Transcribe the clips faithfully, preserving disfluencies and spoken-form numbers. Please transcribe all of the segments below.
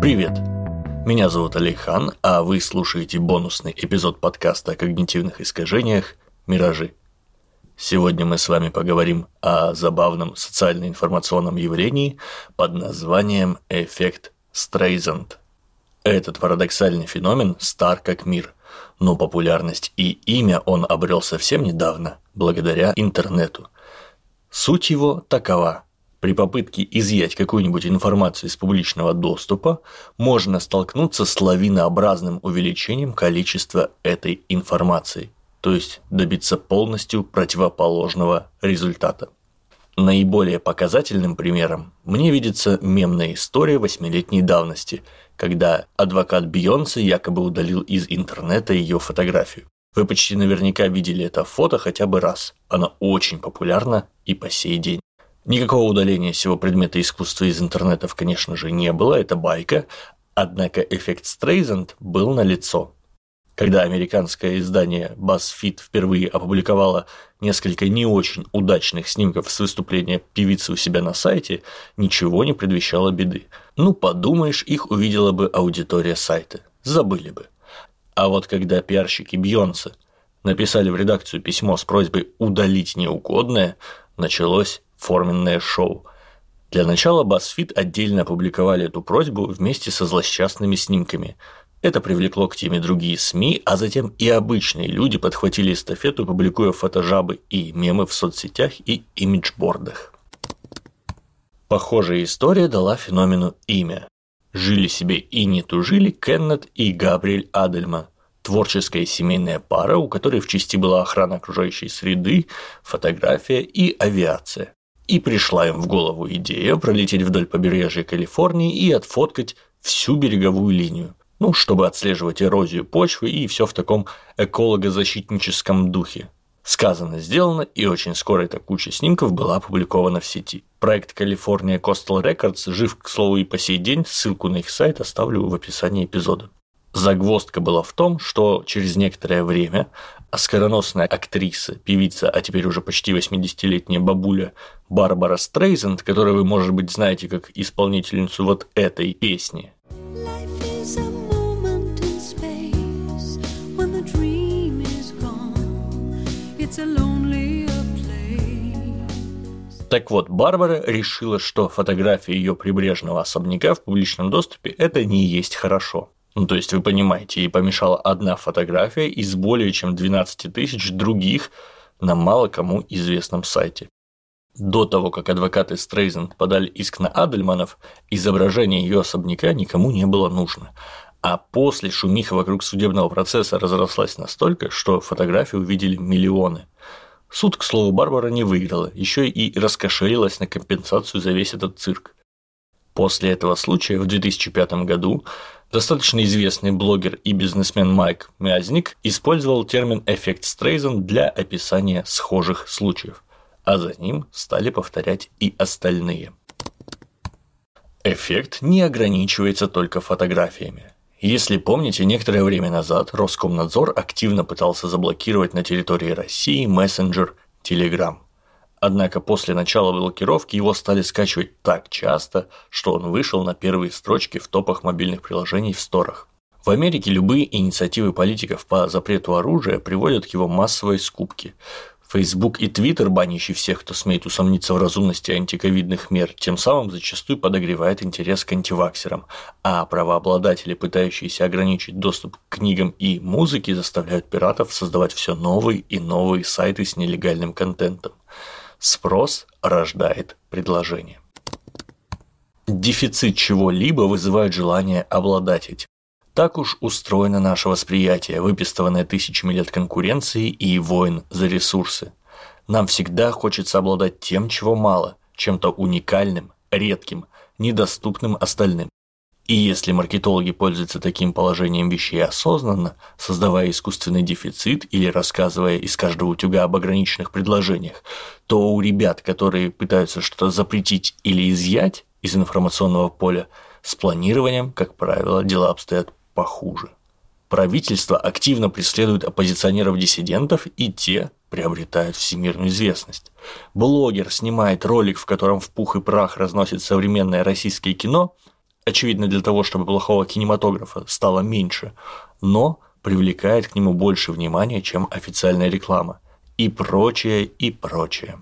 Привет! Меня зовут Алейхан, а вы слушаете бонусный эпизод подкаста о когнитивных искажениях «Миражи». Сегодня мы с вами поговорим о забавном социально-информационном явлении под названием эффект Стрейзанд. Этот парадоксальный феномен стар как мир, но популярность и имя он обрел совсем недавно, благодаря интернету. Суть его такова. При попытке изъять какую-нибудь информацию из публичного доступа можно столкнуться с лавинообразным увеличением количества этой информации, то есть добиться полностью противоположного результата. Наиболее показательным примером мне видится мемная история восьмилетней давности, когда адвокат Бейонсе якобы удалил из интернета ее фотографию. Вы почти наверняка видели это фото хотя бы раз, оно очень популярно и по сей день. Никакого удаления сего предмета искусства из интернетов, конечно же, не было, это байка, однако эффект Стрейзанд был налицо. Когда американское издание BuzzFeed впервые опубликовало несколько не очень удачных снимков с выступления певицы у себя на сайте, ничего не предвещало беды. Ну, подумаешь, их увидела бы аудитория сайта, забыли бы. А вот когда пиарщики Бейонсе написали в редакцию письмо с просьбой удалить неугодное, началось форменное шоу. Для начала BuzzFeed отдельно опубликовали эту просьбу вместе со злосчастными снимками. Это привлекло к теме другие СМИ, а затем и обычные люди подхватили эстафету, публикуя фотожабы и мемы в соцсетях и имиджбордах. Похожая история дала феномену имя. Жили себе и не тужили Кеннет и Габриэль Адельман. Творческая семейная пара, у которой в части была охрана окружающей среды, фотография и авиация. И пришла им в голову идея пролететь вдоль побережья Калифорнии и отфоткать всю береговую линию, ну, чтобы отслеживать эрозию почвы и все в таком эколого-защитническом духе. Сказано, сделано, и очень скоро эта куча снимков была опубликована в сети. Проект California Coastal Records жив, к слову, и по сей день, ссылку на их сайт оставлю в описании эпизода. Загвоздка была в том, что через некоторое время оскароносная актриса, певица, а теперь уже почти восьмидесятилетняя бабуля Барбара Стрейзанд, которую вы, может быть, знаете как исполнительницу вот этой песни. Так вот, Барбара решила, что фотография ее прибрежного особняка в публичном доступе – это не есть хорошо. Ну, то есть, вы понимаете, ей помешала одна фотография из более чем двенадцати тысяч других на мало кому известном сайте. До того, как адвокаты Стрейзанд подали иск на Адельманов, изображение ее особняка никому не было нужно. А после шумиха вокруг судебного процесса разрослась настолько, что фотографии увидели миллионы. Суд, к слову, Барбара не выиграла, еще и раскошелилась на компенсацию за весь этот цирк. После этого случая в две тысячи пятом году достаточно известный блогер и бизнесмен Майк Мязник использовал термин «эффект Стрейзанд» для описания схожих случаев, а за ним стали повторять и остальные. Эффект не ограничивается только фотографиями. Если помните, некоторое время назад Роскомнадзор активно пытался заблокировать на территории России мессенджер Telegram. Однако после начала блокировки его стали скачивать так часто, что он вышел на первые строчки в топах мобильных приложений в сторах. В Америке любые инициативы политиков по запрету оружия приводят к его массовой скупке. Facebook и Twitter, банящие всех, кто смеет усомниться в разумности антиковидных мер, тем самым зачастую подогревает интерес к антиваксерам, а правообладатели, пытающиеся ограничить доступ к книгам и музыке, заставляют пиратов создавать все новые и новые сайты с нелегальным контентом. Спрос рождает предложение. Дефицит чего-либо вызывает желание обладать этим. Так уж устроено наше восприятие, выпистыванное тысячами лет конкуренции и войн за ресурсы. Нам всегда хочется обладать тем, чего мало, чем-то уникальным, редким, недоступным остальным. И если маркетологи пользуются таким положением вещей осознанно, создавая искусственный дефицит или рассказывая из каждого утюга об ограниченных предложениях, то у ребят, которые пытаются что-то запретить или изъять из информационного поля, с планированием, как правило, дела обстоят похуже. Правительство активно преследует оппозиционеров-диссидентов, и те приобретают всемирную известность. Блогер снимает ролик, в котором в пух и прах разносит современное российское кино. очевидно, для того, чтобы плохого кинематографа стало меньше, но привлекает к нему больше внимания, чем официальная реклама. И прочее, и прочее.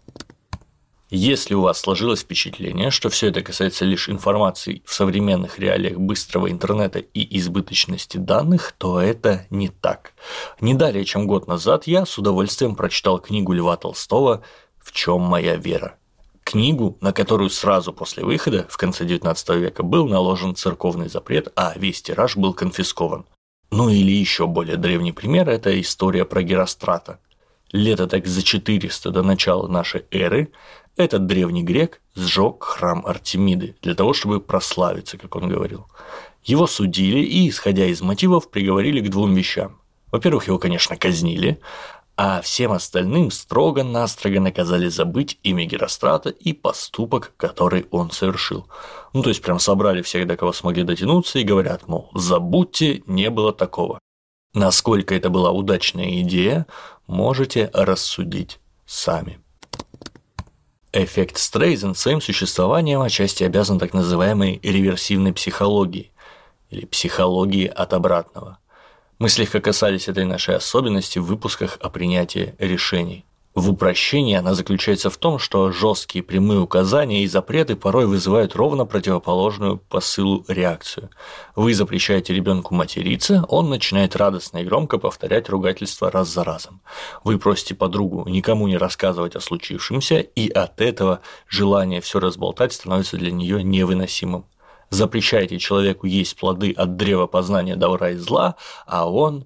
Если у вас сложилось впечатление, что все это касается лишь информации в современных реалиях быстрого интернета и избыточности данных, то это не так. Не далее, чем год назад, я с удовольствием прочитал книгу Льва Толстого «В чем моя вера?». Книгу, на которую сразу после выхода, в конце девятнадцатого века, был наложен церковный запрет, а весь тираж был конфискован. Ну или еще более древний пример – это история про Герострата. Лето так за четыреста до начала нашей эры этот древний грек сжег храм Артемиды для того, чтобы прославиться, как он говорил. Его судили и, исходя из мотивов, приговорили к двум вещам. Во-первых, его, конечно, казнили, а всем остальным строго-настрого наказали забыть имя Герострата и поступок, который он совершил. Ну, то есть, прям собрали всех, до кого смогли дотянуться, и говорят, мол, забудьте, не было такого. Насколько это была удачная идея, можете рассудить сами. Эффект Стрейзанд своим существованием отчасти обязан так называемой реверсивной психологии или психологии от обратного. Мы слегка касались этой нашей особенности в выпусках о принятии решений. В упрощении она заключается в том, что жесткие прямые указания и запреты порой вызывают ровно противоположную посылу реакцию. Вы запрещаете ребенку материться, он начинает радостно и громко повторять ругательство раз за разом. Вы просите подругу никому не рассказывать о случившемся, и от этого желание все разболтать становится для нее невыносимым. Запрещаете человеку есть плоды от древа познания добра и зла, а он…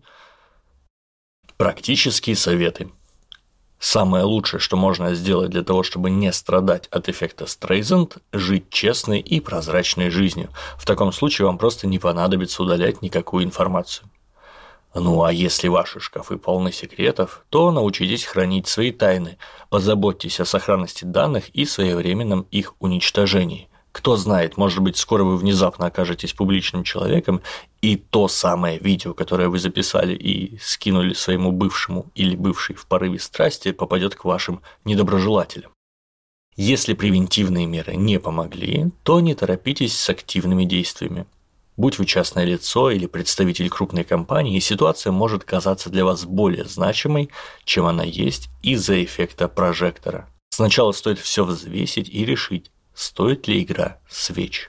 Практические советы. Самое лучшее, что можно сделать для того, чтобы не страдать от эффекта Стрейзанд – жить честной и прозрачной жизнью. В таком случае вам просто не понадобится удалять никакую информацию. Ну а если ваши шкафы полны секретов, то научитесь хранить свои тайны, позаботьтесь о сохранности данных и своевременном их уничтожении. Кто знает, может быть, скоро вы внезапно окажетесь публичным человеком, и то самое видео, которое вы записали и скинули своему бывшему или бывшей в порыве страсти, попадет к вашим недоброжелателям. Если превентивные меры не помогли, то не торопитесь с активными действиями. Будь вы частное лицо или представитель крупной компании, ситуация может казаться для вас более значимой, чем она есть из-за эффекта прожектора. Сначала стоит все взвесить и решить, стоит ли игра свеч.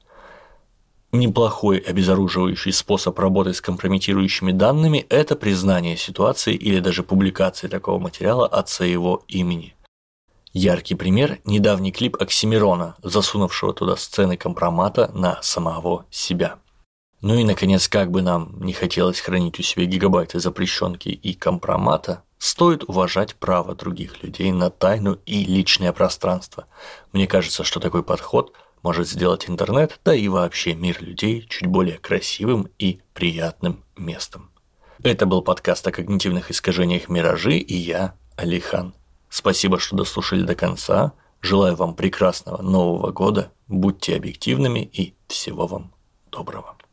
Неплохой обезоруживающий способ работы с компрометирующими данными – это признание ситуации или даже публикация такого материала от своего имени. Яркий пример – недавний клип Оксимирона, засунувшего туда сцены компромата на самого себя. Ну и, наконец, как бы нам не хотелось хранить у себя гигабайты запрещенки и компромата, стоит уважать право других людей на тайну и личное пространство. Мне кажется, что такой подход может сделать интернет, да и вообще мир людей чуть более красивым и приятным местом. Это был подкаст о когнитивных искажениях «Миражи» и я, Алихан. Спасибо, что дослушали до конца. Желаю вам прекрасного Нового года, будьте объективными и всего вам доброго.